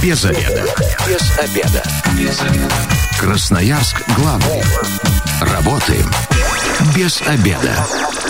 Без обеда. Без обеда. Без обеда. Красноярск главный. Работаем без обеда.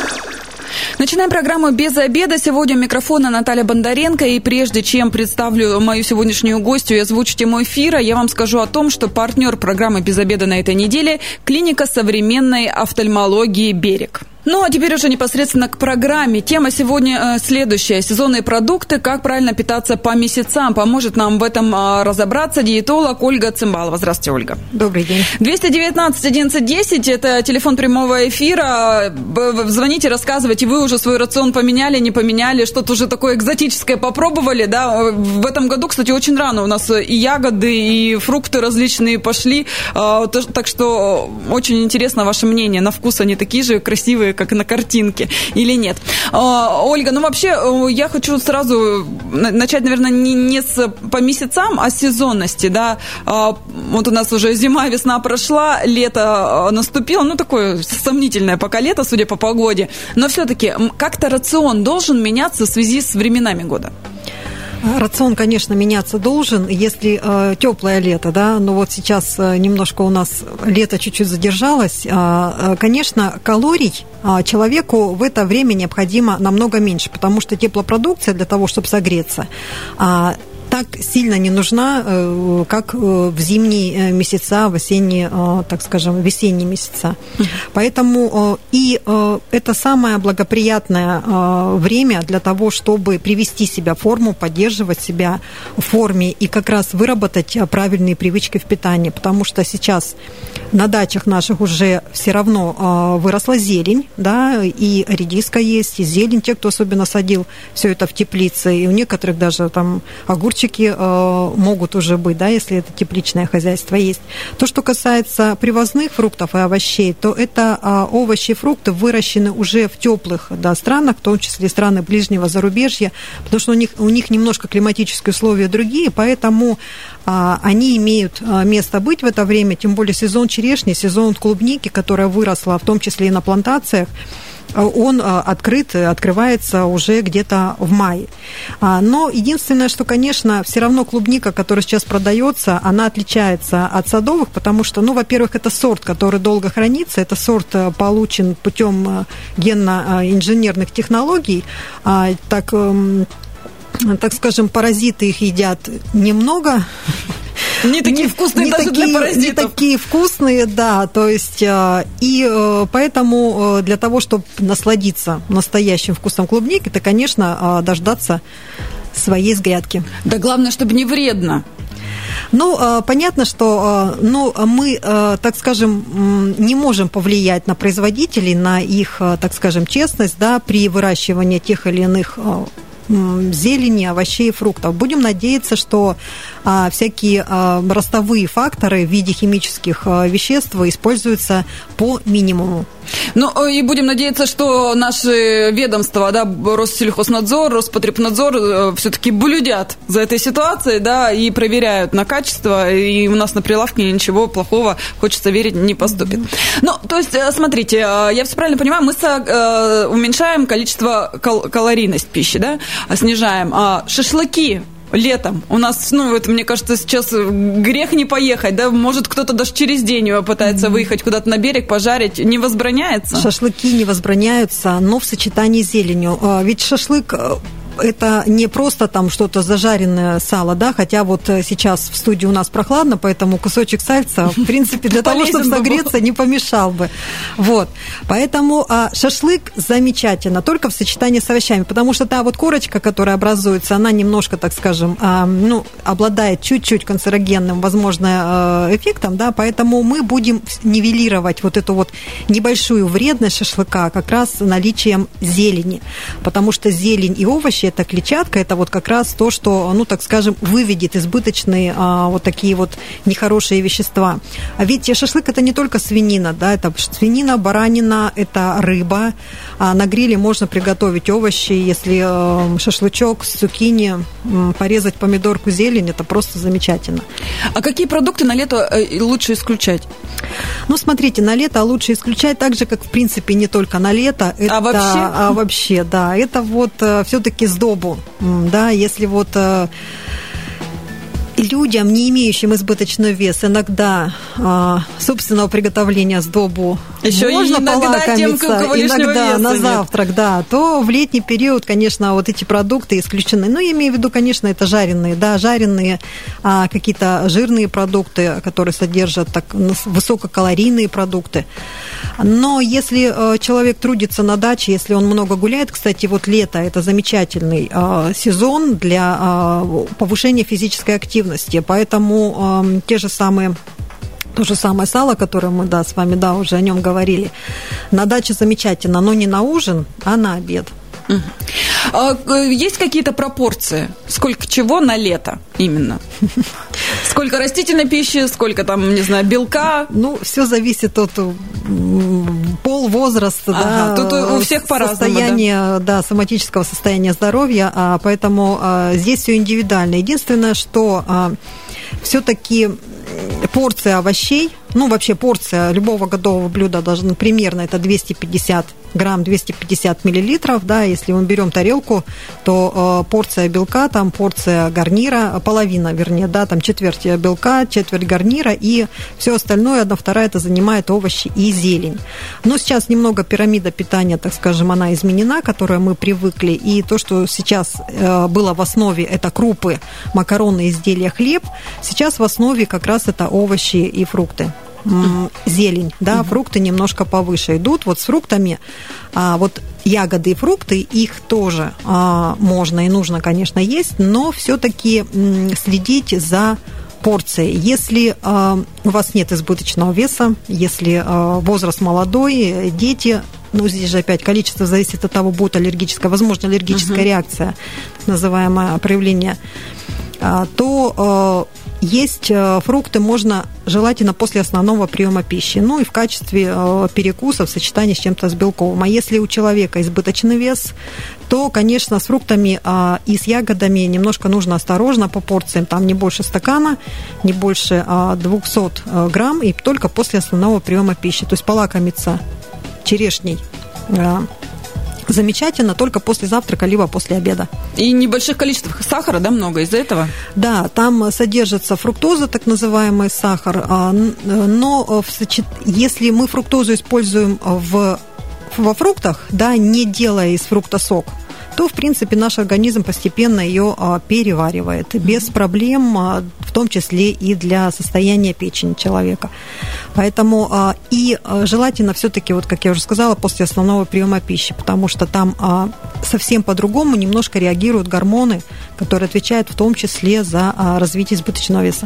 Начинаем программу «Без обеда». Сегодня у микрофона Наталья Бондаренко. И прежде чем представлю мою сегодняшнюю гостью и озвучу тему эфира, я вам скажу о том, что партнер программы «Без обеда» на этой неделе – клиника современной офтальмологии «Берег». Ну, а теперь уже непосредственно к программе. Тема сегодня следующая. Сезонные продукты. Как правильно питаться по месяцам. Поможет нам в этом разобраться диетолог Ольга Цымбалова. Здравствуйте, Ольга. Добрый день. 219-11-10. Это телефон прямого эфира. Звоните, рассказывайте. Вы уже свой рацион поменяли, не поменяли? Что-то уже такое экзотическое попробовали, да? В этом году, кстати, очень рано у нас и ягоды, и фрукты различные пошли. Так что очень интересно ваше мнение. На вкус они такие же красивые, как на картинке, или нет. Ольга, ну вообще я хочу сразу начать, наверное, не по месяцам, а с сезонности, да. Вот у нас уже зима, весна прошла, лето наступило, ну такое сомнительное пока лето, судя по погоде, но все-таки как-то рацион должен меняться в связи с временами года. Рацион, конечно, меняться должен, если теплое лето, да, но вот сейчас немножко у нас лето чуть-чуть задержалось. Конечно, калорий человеку в это время необходимо намного меньше, потому что теплопродукция для того, чтобы согреться, так сильно не нужна, как в зимние месяца, в осенние, так скажем, весенние месяца. Поэтому и это самое благоприятное время для того, чтобы привести себя в форму, поддерживать себя в форме и как раз выработать правильные привычки в питании, потому что сейчас на дачах наших уже все равно выросла зелень, да, и редиска есть, и зелень, те, кто особенно садил все это в теплице, и у некоторых даже там огурчики могут уже быть, да, если это тепличное хозяйство есть. То, что касается привозных фруктов и овощей, то это овощи и фрукты выращены уже в теплых, да, странах, в том числе страны ближнего зарубежья, потому что у них немножко климатические условия другие, поэтому они имеют место быть в это время, тем более сезон черешни, сезон клубники, которая выросла в том числе и на плантациях, он открывается уже где-то в мае. Но единственное, что, конечно, все равно клубника, которая сейчас продается, она отличается от садовых, потому что, ну, во-первых, это сорт, который долго хранится, это сорт получен путем генно-инженерных технологий, так скажем, паразиты их едят немного. Не такие вкусные даже для паразитов. Не такие вкусные, да. То есть, и поэтому для того, чтобы насладиться настоящим вкусом клубники, это, конечно, дождаться своей с грядки. Да главное, чтобы не вредно. Ну, понятно, что мы, так скажем, не можем повлиять на производителей, на их, так скажем, честность, да, при выращивании тех или иных зелени, овощей и фруктов. Будем надеяться, что всякие ростовые факторы в виде химических веществ используются по минимуму. Ну, и будем надеяться, что наши ведомства, да, Россельхознадзор, Роспотребнадзор все-таки блюдят за этой ситуацией, да, и проверяют на качество, и у нас на прилавке ничего плохого, хочется верить, не поступит. Ну, то есть, смотрите, я все правильно понимаю, мы уменьшаем количество калорийность пищи, да, снижаем. Шашлыки летом. У нас, ну, это, мне кажется, сейчас грех не поехать, да, может, кто-то даже через день пытается выехать куда-то на берег, пожарить. Не возбраняется? Шашлыки не возбраняются, но в сочетании с зеленью. Ведь шашлык это не просто там что-то зажаренное сало, да, хотя вот сейчас в студии у нас прохладно, поэтому кусочек сальца, в принципе, для того, чтобы согреться, не помешал бы. Вот. Поэтому шашлык замечательно, только в сочетании с овощами, потому что та вот корочка, которая образуется, она немножко, так скажем, обладает чуть-чуть канцерогенным, возможно, эффектом, да, поэтому мы будем нивелировать вот эту вот небольшую вредность шашлыка как раз наличием зелени, потому что зелень и овощи – это клетчатка, это вот как раз то, что, ну, так скажем, выведет избыточные вот такие вот нехорошие вещества. А ведь шашлык – это не только свинина, да, это свинина, баранина, это рыба. На гриле можно приготовить овощи, если шашлычок с цукини, порезать помидорку, зелень – это просто замечательно. А какие продукты на лето лучше исключать? Ну, смотрите, на лето лучше исключать так же, как, в принципе, не только на лето. Это, вообще, да. Это вот все-таки сдобу, да, если вот людям, не имеющим избыточный вес, иногда собственного приготовления сдобу еще можно полакомиться, тем, у кого иногда на нет. завтрак, да, то в летний период, конечно, вот эти продукты исключены. Но я имею в виду, конечно, это жареные какие-то жирные продукты, которые содержат высококалорийные продукты. Но если человек трудится на даче, если он много гуляет, кстати, вот лето – это замечательный сезон для повышения физической активности, поэтому то же самое сало, которое мы, с вами, уже о нем говорили, на даче замечательно, но не на ужин, а на обед. Есть какие-то пропорции? Сколько чего на лето именно? Сколько растительной пищи, сколько там, не знаю, белка? Ну, все зависит от возраста, тут у всех по-разному, состояния, соматического состояния здоровья, поэтому здесь все индивидуально. Единственное, что все-таки порция овощей, вообще порция любого готового блюда должна примерно это 250 грамм, 250 миллилитров, если мы берем тарелку, то порция белка, там порция гарнира, половина, вернее, там четверть белка, четверть гарнира, и все остальное, 1/2 это занимает овощи и зелень. Но сейчас немного пирамида питания, так скажем, она изменена, к которой мы привыкли, и то, что сейчас было в основе, это крупы, макароны, изделия, хлеб, сейчас в основе как раз это овощи и фрукты. Зелень, фрукты немножко повыше идут. Вот с фруктами, вот ягоды и фрукты, их тоже можно и нужно, конечно, есть, но все-таки следить за порцией. Если у вас нет избыточного веса, если возраст молодой, дети, здесь же опять количество зависит от того, будет возможно аллергическая реакция, так называемое проявление, то есть фрукты можно желательно после основного приема пищи, и в качестве перекуса в сочетании с чем-то с белковым. А если у человека избыточный вес, то, конечно, с фруктами и с ягодами немножко нужно осторожно по порциям, там не больше стакана, не больше 200 грамм, и только после основного приема пищи. То есть полакомиться черешней замечательно только после завтрака, либо после обеда. И небольших количествах сахара, много из-за этого? Да, там содержится фруктоза, так называемый сахар, но если мы фруктозу используем во фруктах, не делая из фрукта сок, то, в принципе, наш организм постепенно ее переваривает без проблем, в том числе и для состояния печени человека. Поэтому и желательно все-таки, как я уже сказала, после основного приема пищи, потому что там совсем по-другому немножко реагируют гормоны, которые отвечают в том числе за развитие избыточного веса.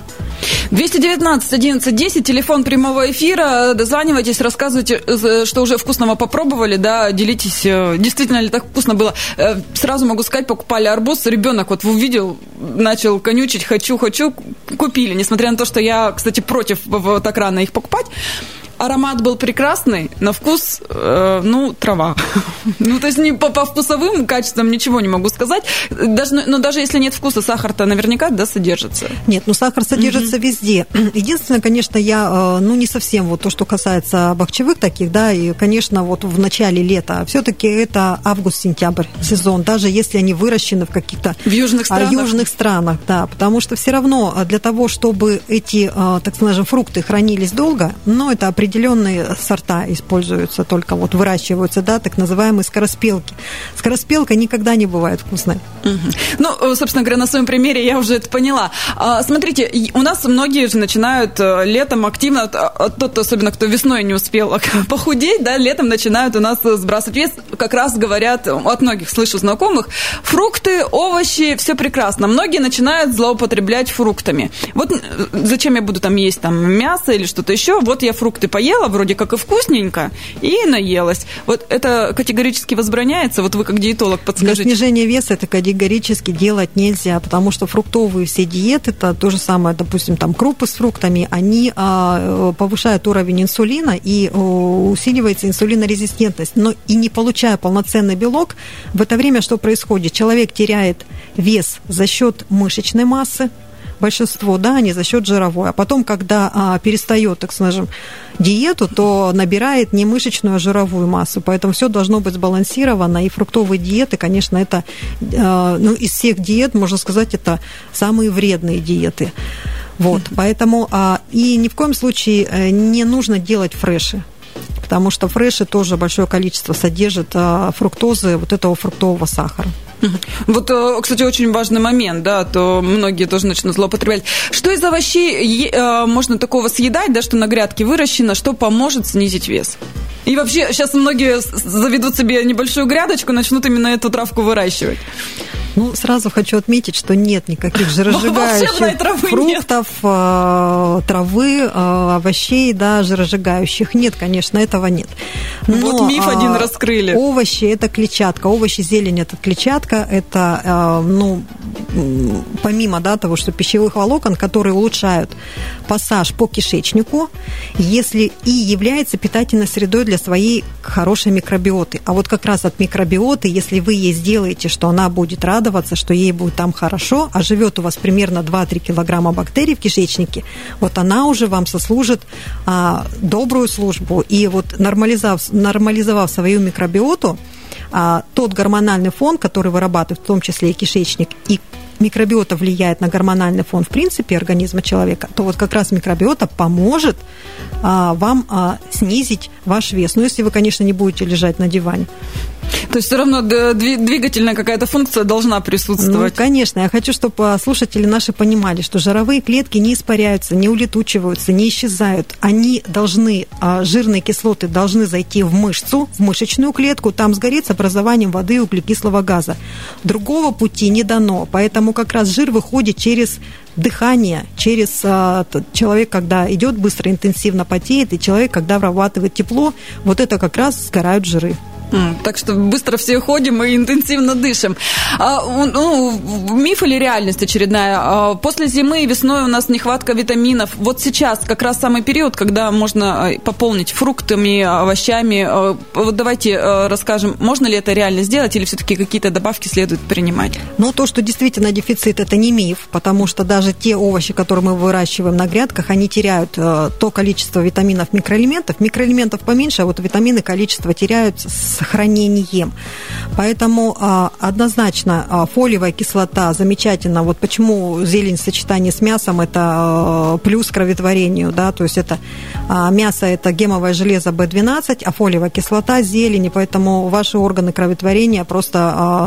219-11-10, телефон прямого эфира. Дозванивайтесь, рассказывайте, что уже вкусного попробовали, делитесь, действительно ли так вкусно было. Сразу могу сказать, покупали арбуз, ребенок увидел, начал конючить, хочу, купили, несмотря на то, что я, кстати, против так рано их покупать. Аромат был прекрасный, на вкус, трава. То есть по вкусовым качествам ничего не могу сказать. Но даже если нет вкуса, сахар-то наверняка, содержится. Нет, сахар содержится везде. Единственное, конечно, я, не совсем то, что касается бахчевых таких, и, конечно, в начале лета, все-таки это август-сентябрь сезон, даже если они выращены в каких-то южных странах, потому что все равно для того, чтобы эти, так скажем, фрукты хранились долго, это определенные сорта используются, только выращиваются, так называемые скороспелки. Скороспелка никогда не бывает вкусной. Собственно говоря, на своем примере я уже это поняла. Смотрите, у нас многие же начинают летом активно, тот, особенно кто весной не успел похудеть, летом начинают у нас сбрасывать вес. Как раз говорят, от многих слышу знакомых, фрукты, овощи, все прекрасно. Многие начинают злоупотреблять фруктами. Зачем я буду есть мясо или что-то еще? Я фрукты поела, вроде как и вкусненько, и наелась. Это категорически возбраняется? Вы как диетолог подскажите. Для снижения веса это категорически делать нельзя, потому что фруктовые все диеты, это то же самое, допустим, крупы с фруктами, они повышают уровень инсулина и усиливается инсулинорезистентность. Но и не получая полноценный белок, в это время что происходит? Человек теряет вес за счет мышечной массы, большинство, да, они за счет жировой. А потом, когда перестает, так скажем, диету, то набирает не мышечную, а жировую массу. Поэтому все должно быть сбалансировано. И фруктовые диеты, конечно, это, из всех диет, можно сказать, это самые вредные диеты. Вот, поэтому и ни в коем случае не нужно делать фреши, потому что фреши тоже большое количество содержат фруктозы, вот этого фруктового сахара. Вот, кстати, очень важный момент, да, то многие тоже начнут злоупотреблять. Что из овощей можно такого съедать, да, что на грядке выращено, что поможет снизить вес? И вообще сейчас многие заведут себе небольшую грядочку, начнут именно эту травку выращивать. Ну, сразу хочу отметить, что нет никаких жиросжигающих фруктов, травы, овощей, да, жиросжигающих. Нет, конечно, этого нет. Но вот миф один раскрыли. Овощи – это клетчатка. Овощи, зелень – это клетчатка. Это, помимо, да, того, что пищевых волокон, которые улучшают пассаж по кишечнику, если и является питательной средой для своей хорошей микробиоты. А вот как раз от микробиоты, если вы ей сделаете, что она будет радоваться, что ей будет там хорошо, а живет у вас примерно 2-3 килограмма бактерий в кишечнике, вот она уже вам сослужит добрую службу. И вот нормализовав свою микробиоту, тот гормональный фон, который вырабатывает в том числе и кишечник, и микробиота влияет на гормональный фон в принципе организма человека, то вот как раз микробиота поможет вам снизить ваш вес. Ну, если вы, конечно, не будете лежать на диване. То есть все равно двигательная какая-то функция должна присутствовать. Ну, конечно. Я хочу, чтобы слушатели наши понимали, что жировые клетки не испаряются, не улетучиваются, не исчезают. Они должны, жирные кислоты должны зайти в мышцу, в мышечную клетку, там сгореть с образованием воды и углекислого газа. Другого пути не дано. Поэтому как раз жир выходит через дыхание, через человек, когда идет быстро, интенсивно потеет, и человек, когда вырабатывает тепло, вот это как раз сгорают жиры. Так что быстро все ходим и интенсивно дышим. Миф или реальность очередная? После зимы и весной у нас нехватка витаминов. Вот сейчас как раз самый период, когда можно пополнить фруктами, овощами. Вот давайте расскажем, можно ли это реально сделать или все-таки какие-то добавки следует принимать? Ну, то, что действительно дефицит, это не миф, потому что даже те овощи, которые мы выращиваем на грядках, они теряют то количество витаминов, микроэлементов. Микроэлементов поменьше, а вот витамины количество теряют с хранением. Поэтому однозначно фолиевая кислота замечательно. Вот почему зелень в сочетании с мясом это плюс к кроветворению, да, то есть это мясо это гемовое железо B12, а фолиевая кислота зелени, поэтому ваши органы кроветворения просто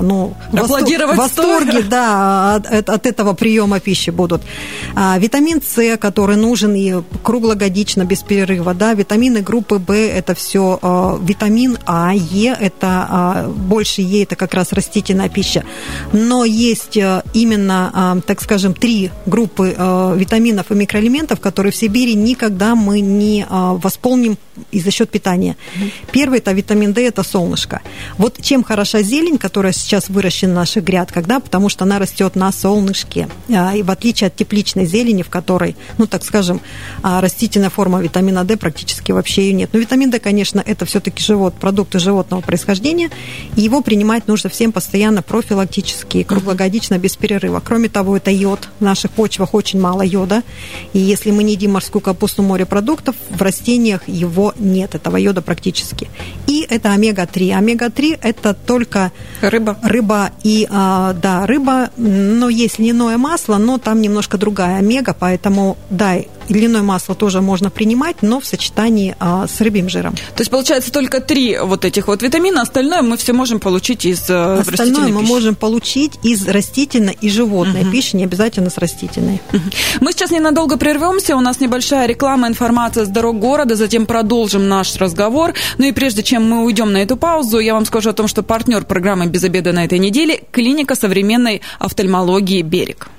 в восторге, да, от этого приема пищи будут. Витамин С, который нужен и круглогодично без перерыва, да, витамины группы В это все витамин А, Е это больше Е это как раз растительная пища. Но есть именно, так скажем, 3 группы витаминов и микроэлементов, которые в Сибири никогда мы не восполним и за счет питания. Первый это витамин D, это солнышко. Вот чем хороша зелень, которая сейчас выращена на наших грядках, да, потому что она растет на солнышке. И в отличие от тепличной зелени, в которой, так скажем, растительная форма витамина D практически вообще ее нет. Но витамин D, конечно, это все-таки продукты животного происхождения, и его принимать нужно всем постоянно профилактически, круглогодично, без перерыва. Кроме того, это йод. В наших почвах очень мало йода, и если мы не едим морскую капусту, морепродуктов, в растениях его нет, этого йода практически. И это омега-3. Омега-3 это только рыба и, рыба, но есть льняное масло, но там немножко другая омега, поэтому, да, льняное масло тоже можно принимать, но в сочетании с рыбьим жиром. То есть, получается, только 3 вот этих вот витамина, остальное мы все можем получить из растительной пищи? Остальное мы можем получить из растительной и животной пищи, не обязательно с растительной. Мы сейчас ненадолго прервемся, у нас небольшая реклама, информация с дорог города, затем продолжим наш разговор. Ну и прежде чем мы уйдем на эту паузу, я вам скажу о том, что партнер программы «Без обеда» на этой неделе – клиника современной офтальмологии «Берег».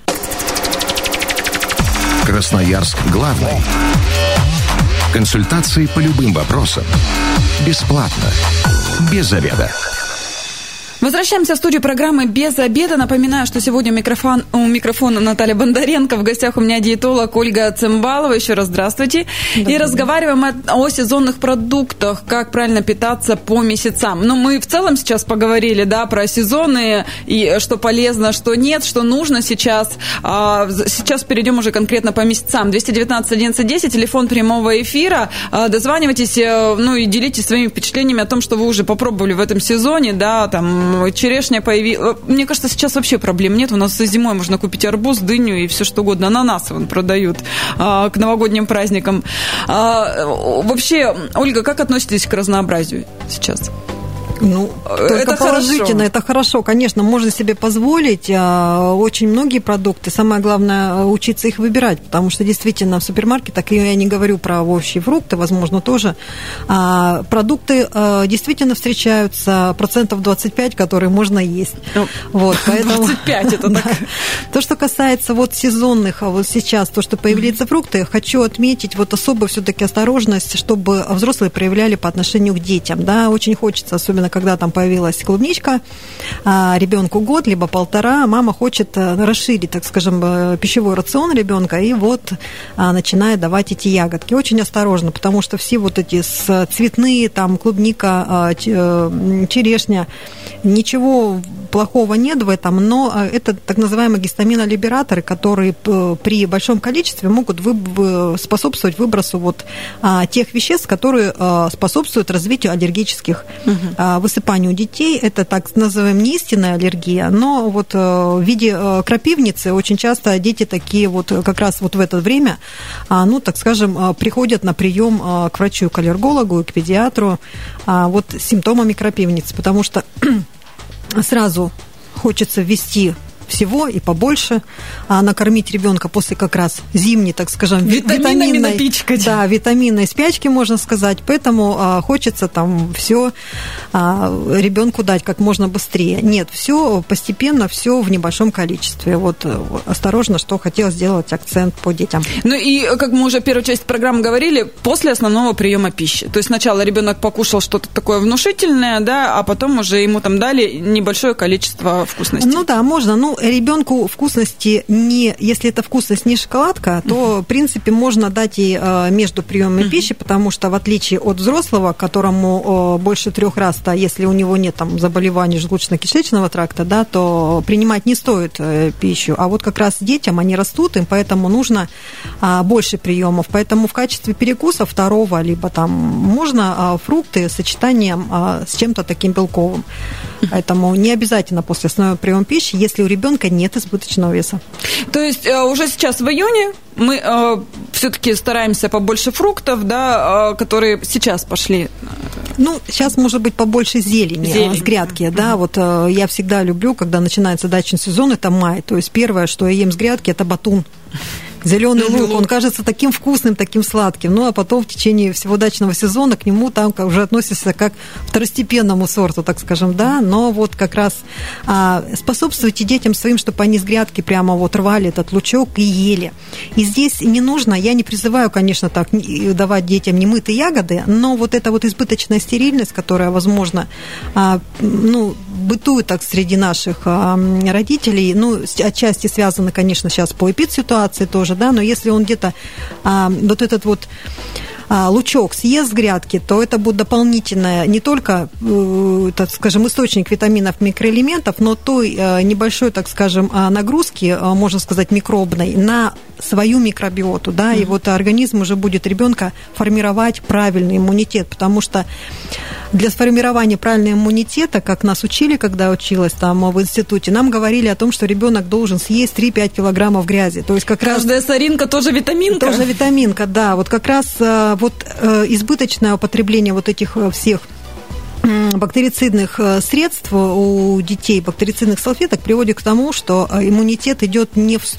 Красноярск главный. Консультации по любым вопросам. Бесплатно. Без обеда. Возвращаемся в студию программы «Без обеда». Напоминаю, что сегодня у микрофона Наталья Бондаренко. В гостях у меня диетолог Ольга Цымбалова. Еще раз здравствуйте. И разговариваем о сезонных продуктах, как правильно питаться по месяцам. Но мы в целом сейчас поговорили, да, про сезоны, и что полезно, что нет, что нужно сейчас. Сейчас перейдем уже конкретно по месяцам. 219-11-10, телефон прямого эфира. Дозванивайтесь, и делитесь своими впечатлениями о том, что вы уже попробовали в этом сезоне, да, там, черешня появилась. Мне кажется, сейчас вообще проблем нет. У нас зимой можно купить арбуз, дыню и все что угодно. Ананасы продают к новогодним праздникам. Вообще, Ольга, как относитесь к разнообразию сейчас? Только это положительно, хорошо. Это хорошо. Конечно, можно себе позволить очень многие продукты. Самое главное, учиться их выбирать, потому что действительно в супермаркетах, я не говорю про овощи и фрукты, возможно, тоже, продукты действительно встречаются 25%, которые можно есть. Поэтому 25% это так. То, что касается сезонных, сейчас, то, что появляются фрукты, хочу отметить особо все-таки осторожность, чтобы взрослые проявляли по отношению к детям. Да? Очень хочется, особенно когда там появилась клубничка, ребенку год, либо 1,5, мама хочет расширить, так скажем, пищевой рацион ребенка и начинает давать эти ягодки. Очень осторожно, потому что все эти цветные, там, клубника, черешня, ничего плохого нет в этом, но это так называемые гистаминолибераторы, которые при большом количестве могут способствовать выбросу тех веществ, которые способствуют развитию аллергических высыпаний у детей. Это так называемая не истинная аллергия, но в виде крапивницы очень часто дети такие как раз в это время, так скажем, приходят на прием к врачу, к аллергологу, к педиатру с симптомами крапивницы, потому что сразу хочется ввести всего и побольше, накормить ребенка после как раз зимней, так скажем, витаминной спячки, можно сказать. Поэтому хочется там все ребенку дать как можно быстрее. Нет, все постепенно, все в небольшом количестве. Осторожно, что хотела сделать акцент по детям. И, как мы уже первую часть программы говорили, после основного приема пищи. То есть сначала ребенок покушал что-то такое внушительное, да, а потом уже ему там дали небольшое количество вкусностей. Можно. Ребенку вкусности если эта вкусность не шоколадка, то, в принципе, можно дать ей между приемами пищи, потому что, в отличие от взрослого, которому больше 3 раз, если у него нет заболеваний желудочно-кишечного тракта, да, то принимать не стоит пищу. А как раз детям, они растут, им поэтому нужно больше приемов. Поэтому в качестве перекуса второго, либо можно фрукты с сочетанием с чем-то таким белковым. Поэтому не обязательно после основного приема пищи, если у ребенка нет избыточного веса. То есть уже сейчас в июне мы все-таки стараемся побольше фруктов, да, которые сейчас пошли. Сейчас, может быть, побольше зелени. С грядки, да. Я всегда люблю, когда начинается дачный сезон, это май. То есть первое, что я ем с грядки, это батун. Зеленый лук, он кажется таким вкусным, таким сладким. А потом в течение всего дачного сезона к нему там уже относишься как к второстепенному сорту, так скажем, да. Но как раз способствуйте детям своим, чтобы они с грядки прямо рвали этот лучок и ели. И здесь не нужно, я не призываю, конечно, так давать детям немытые ягоды, но эта избыточная стерильность, которая, возможно, бытует так среди наших родителей, отчасти связано, конечно, сейчас по эпидситуации тоже, да, но если он где-то этот лучок съест с грядки, то это будет дополнительное не только, так скажем, источник витаминов, микроэлементов, но той небольшой, так скажем, нагрузки, можно сказать, микробной на свою микробиоту, да, и организм уже будет ребенка формировать правильный иммунитет, потому что для сформирования правильного иммунитета, как нас учили, когда училась в институте, нам говорили о том, что ребенок должен съесть 3-5 килограммов грязи. То есть каждая соринка тоже витаминка. Тоже витаминка, да. Как раз избыточное употребление этих всех бактерицидных средств у детей, бактерицидных салфеток, приводит к тому, что иммунитет идет не в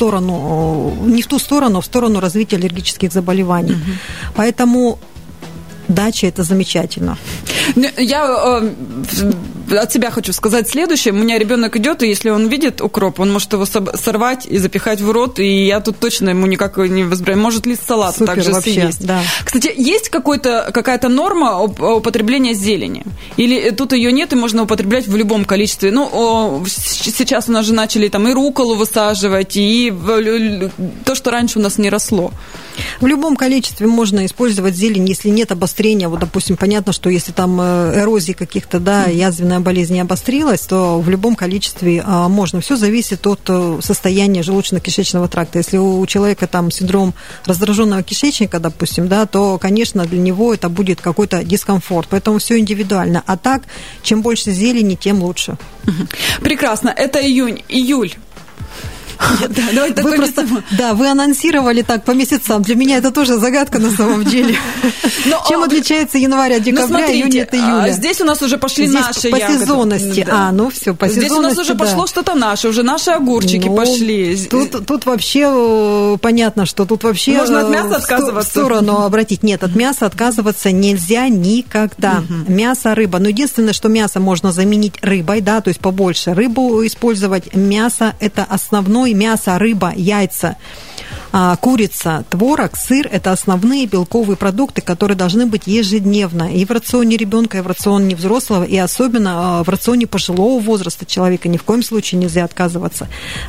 ту сторону, а в сторону развития аллергических заболеваний. Поэтому дача – это замечательно. Я от себя хочу сказать следующее. У меня ребенок идет, и если он видит укроп, он может его сорвать и запихать в рот, и я тут точно ему никак не возбраняю. Может лист салата также съесть. Да. Кстати, есть какая-то норма употребления зелени? Или тут ее нет, и можно употреблять в любом количестве? Ну, сейчас у нас же начали там и рукколу высаживать, и то, что раньше у нас не росло. В любом количестве можно использовать зелень, если нет обострения. Вот, допустим, понятно, что если там эрозии каких-то, да, язвенная болезнь не обострилась, то в любом количестве можно. Все зависит от состояния желудочно-кишечного тракта. Если у человека там синдром раздраженного кишечника, допустим, да, то, конечно, для него это будет какой-то дискомфорт. Поэтому все индивидуально. А так, чем больше зелени, тем лучше. Прекрасно. Это июль. Вы анонсировали так по месяцам. Для меня это тоже загадка на самом деле. Чем отличается январь от декабря, июнь от июля? Здесь у нас уже пошли наши ягоды. По сезонности. Все, по сезонности. Здесь у нас уже пошло что-то наше, уже наши огурчики пошли. Тут вообще понятно, что тут вообще... Можно от мяса отказываться? В сторону обратить. Нет, от мяса отказываться нельзя никогда. Мясо, рыба. Но единственное, что мясо можно заменить рыбой, да, то есть побольше рыбу использовать. Мясо – это основной. Мясо, рыба, яйца, курица, творог, сыр – это основные белковые продукты, которые должны быть ежедневно и в рационе ребенка, и в рационе взрослого, и особенно в рационе пожилого возраста человека. Ни в коем случае нельзя отказываться.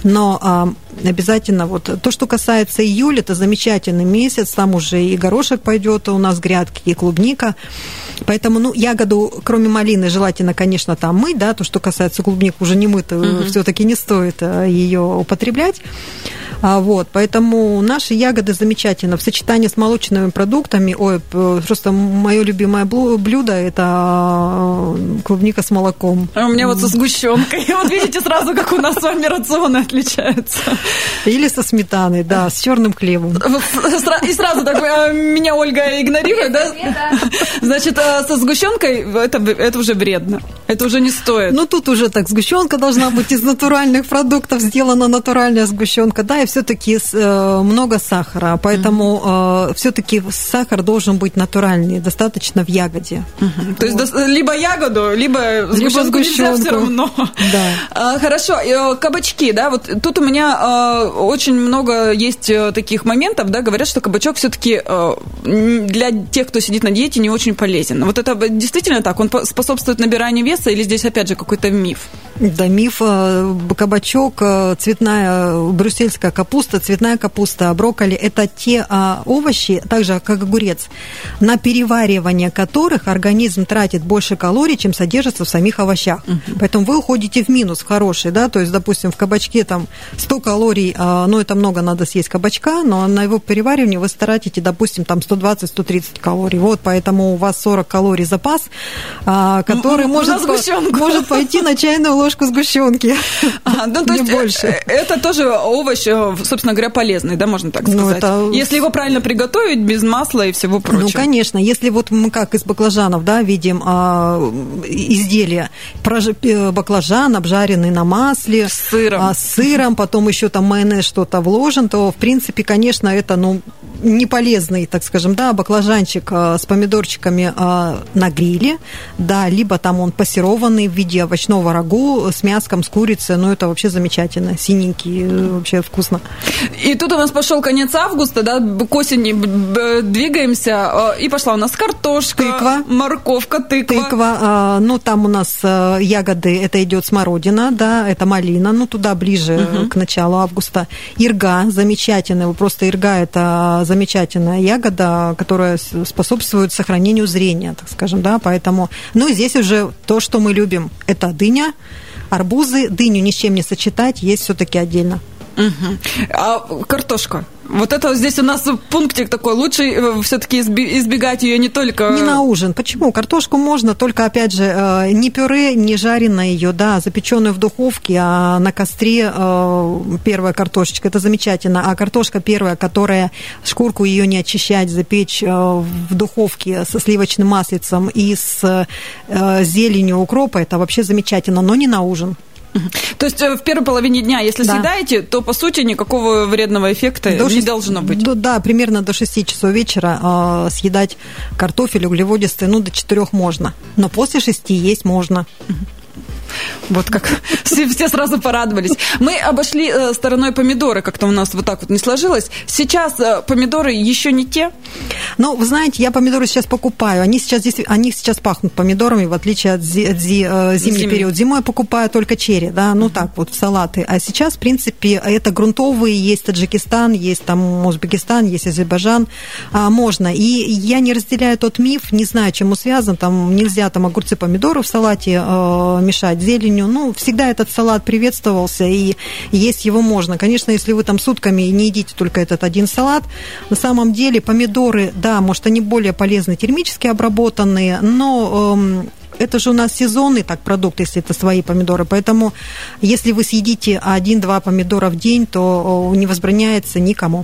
Но обязательно вот то, что касается июля, это замечательный месяц, там уже и горошек пойдет у нас, грядки, и клубника. Поэтому, ягоду, кроме малины, желательно, конечно, там мыть, да, то, что касается клубники, уже не мытую, все-таки не стоит ее употреблять. Вот, поэтому наши ягоды замечательно. В сочетании с молочными продуктами, просто мое любимое блюдо – это клубника с молоком. А у меня вот со сгущенкой. Вот видите сразу, как у нас с вами рационы отличаются. Или со сметаной, да, с черным хлебом. И сразу так, меня Ольга игнорирует, да? Значит, со сгущенкой это уже вредно. Это уже не стоит. Тут уже так, сгущенка должна быть из натуральных продуктов, сделана натуральная сгущенка, да, и все-таки много сахара, поэтому все-таки сахар должен быть натуральный, достаточно в ягоде. То есть либо ягоду, либо сгущенку нельзя все равно. Да. Хорошо, кабачки, да, вот тут у меня очень много есть таких моментов, да, говорят, что кабачок все-таки для тех, кто сидит на диете, не очень полезен. Вот это действительно так? Он способствует набиранию веса или здесь опять же какой-то миф? Да, миф. Кабачок, цветная брюссельская капуста, цветная капуста, брокколи – это те овощи, так же как огурец, на переваривание которых организм тратит больше калорий, чем содержится в самих овощах. Поэтому вы уходите в минус, в хороший, да, то есть, допустим, в кабачке там 100 калорий, это много надо съесть кабачка, но на его переваривание вы тратите, допустим, там 120-130 калорий. Вот, поэтому у вас 40 калорий запас, который может пойти на чайную ложку сгущенки. То есть больше. Это тоже овощ, собственно говоря, полезный, да, можно так сказать. Если его правильно приготовить, без масла и всего прочего. Конечно, если вот мы как из баклажанов, да, видим изделия, баклажан, обжаренный на масле, с сыром, потом еще там майонез что-то вложен, то, в принципе, конечно, это, не полезный, так скажем, да, баклажанчик с помидорчиками на гриле, да, либо там он пассерованный в виде овощного рагу с мяском, с курицей, это вообще замечательно, синенький, вообще вкусно. И тут у нас пошел конец августа, да, к осени двигаемся, и пошла у нас картошка, тыква, морковка, тыква, там у нас ягоды, это идет смородина, да, это малина, туда ближе к началу августа. Ирга, замечательная, просто ирга – это замечательная ягода, которая способствует сохранению зрения, так скажем, да, поэтому, здесь уже то, что мы любим, это дыня, арбузы, дыню ни с чем не сочетать, есть все-таки отдельно. А картошка? Вот это здесь у нас пунктик такой. Лучше все-таки избегать ее не только... Не на ужин. Почему? Картошку можно, только, опять же, не пюре, не жареная ее, да, запеченную в духовке, а на костре первая картошечка. Это замечательно. А картошка первая, которая шкурку ее не очищать, запечь в духовке со сливочным маслицем и с зеленью укропа, это вообще замечательно, но не на ужин. То есть в первой половине дня, если съедаете, то, по сути, никакого вредного эффекта не должно быть. Да, примерно до 6 часов вечера съедать картофель углеводистый, до 4 можно. Но после 6 есть можно. Вот как все сразу порадовались. Мы обошли стороной помидоры, как-то у нас вот так вот не сложилось. Сейчас помидоры еще не те? Ну, вы знаете, я помидоры сейчас покупаю. Они сейчас пахнут помидорами, в отличие от зимний период. Зимой я покупаю только черри, да, ну так вот, в салаты. А сейчас, в принципе, это грунтовые, есть Таджикистан, есть там Узбекистан, есть Азербайджан, можно. И я не разделяю тот миф, не знаю, чему связан, там нельзя там огурцы, помидоры в салате мешать зеленью. Ну, всегда этот салат приветствовался, и есть его можно. Конечно, если вы там сутками не едите только этот один салат, на самом деле помидоры, да, может, они более полезны, термически обработанные, но это же у нас сезонный так продукт, если это свои помидоры, поэтому если вы съедите 1-2 помидора в день, то не возбраняется никому.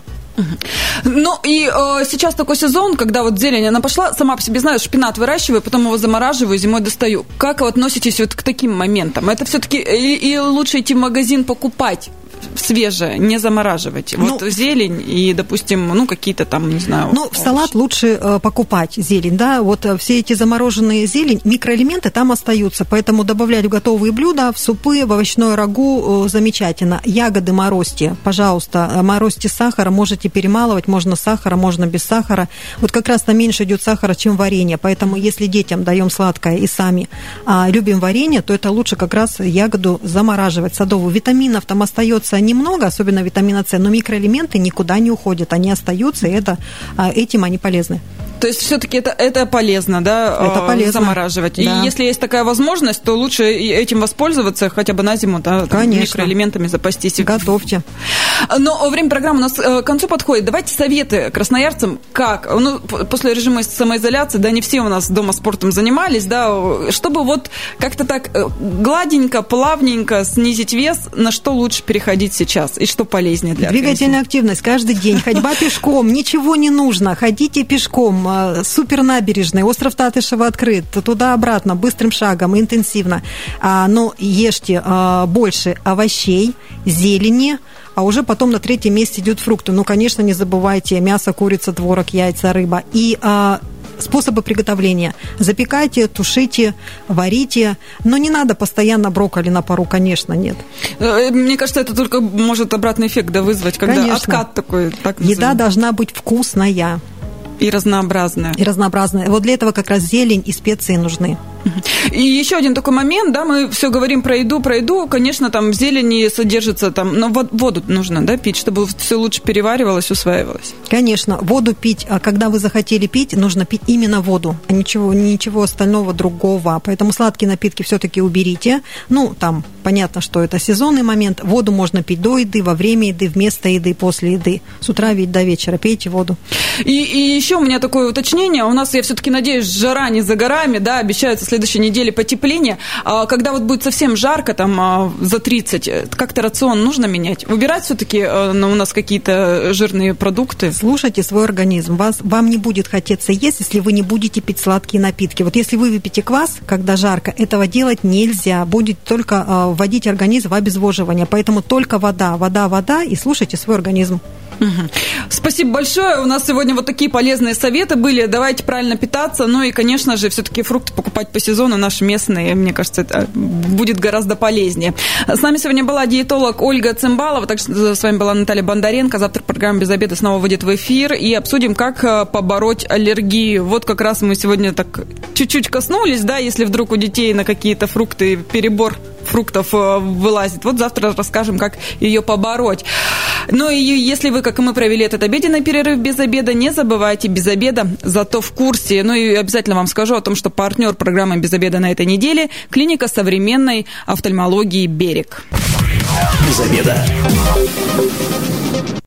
Ну, и сейчас такой сезон, когда вот зелень, она пошла, сама по себе, знаю, шпинат выращиваю, потом его замораживаю, зимой достаю. Как вы относитесь вот к таким моментам? Это все-таки и лучше идти в магазин покупать свежее, не замораживать. Вот зелень и, допустим, ну, какие-то там, не знаю... Ну, в салат лучше покупать зелень, да, вот все эти замороженные зелень, микроэлементы там остаются, поэтому добавлять в готовые блюда, в супы, в овощное рагу замечательно. Ягоды морозьте, пожалуйста, морозьте сахар, можете перемалывать, можно с сахаром, можно без сахара. Вот как раз там меньше идет сахара, чем варенье, поэтому если детям даем сладкое и сами любим варенье, то это лучше как раз ягоду замораживать садовую. Витаминов там остается немного, особенно витамина С, но микроэлементы никуда не уходят, они остаются, и этим они полезны. То есть все-таки это полезно, да? Это полезно. Замораживать. Да. И если есть такая возможность, то лучше этим воспользоваться хотя бы на зиму, да? Микроэлементами запастись. Готовьте. Но время программы у нас к концу подходит. Давайте советы красноярцам, как, ну, после режима самоизоляции, да, не все у нас дома спортом занимались, да, чтобы вот как-то так гладенько, плавненько снизить вес, на что лучше переходить сейчас и что полезнее для организма? Двигательная активность каждый день, ходьба пешком, ничего не нужно, ходите пешком, супер набережная, остров Татышева открыт, туда-обратно, быстрым шагом, интенсивно. Но ешьте больше овощей, зелени, а уже потом на 3-м месте идут фрукты. Ну, конечно, не забывайте мясо, курица, творог, яйца, рыба. И способы приготовления. Запекайте, тушите, варите, но не надо постоянно брокколи на пару, конечно, нет. Мне кажется, это только может обратный эффект вызвать, когда конечно. Откат такой. Так еда должна быть вкусная. И разнообразная. Вот для этого как раз зелень и специи нужны. И еще один такой момент, да, мы все говорим про еду, конечно, там в зелени содержится, там, но воду нужно, да, пить, чтобы все лучше переваривалось, усваивалось. Конечно, воду пить, когда вы захотели пить, нужно пить именно воду, а ничего остального другого, поэтому сладкие напитки все-таки уберите, ну, там, понятно, что это сезонный момент, воду можно пить до еды, во время еды, вместо еды, после еды, с утра ведь до вечера пейте воду. И еще у меня такое уточнение, у нас, я все-таки надеюсь, жара не за горами, да, обещаются в следующей неделе потепление. Когда вот будет совсем жарко, там за 30, как-то рацион нужно менять? Выбирать все-таки у нас какие-то жирные продукты? Слушайте свой организм. Вам не будет хотеться есть, если вы не будете пить сладкие напитки. Вот если вы выпьете квас, когда жарко, этого делать нельзя. Будет только вводить организм в обезвоживание. Поэтому только вода, и слушайте свой организм. Угу. Спасибо большое. У нас сегодня вот такие полезные советы были. Давайте правильно питаться. Ну и, конечно же, все-таки фрукты покупать по сезону наши местные. Мне кажется, это будет гораздо полезнее. С нами сегодня была диетолог Ольга Цымбалова. Также с вами была Наталья Бондаренко. Завтра программа «Без обеда» снова выйдет в эфир. И обсудим, как побороть аллергию. Вот как раз мы сегодня так чуть-чуть коснулись, да, если вдруг у детей на какие-то фрукты перебор фруктов вылазит. Вот завтра расскажем, как ее побороть. Ну и если вы, как и мы, провели этот обеденный перерыв без обеда, не забывайте, без обеда, зато в курсе. Ну и обязательно вам скажу о том, что партнер программы «Без обеда» на этой неделе – клиника современной офтальмологии «Берег». Без обеда.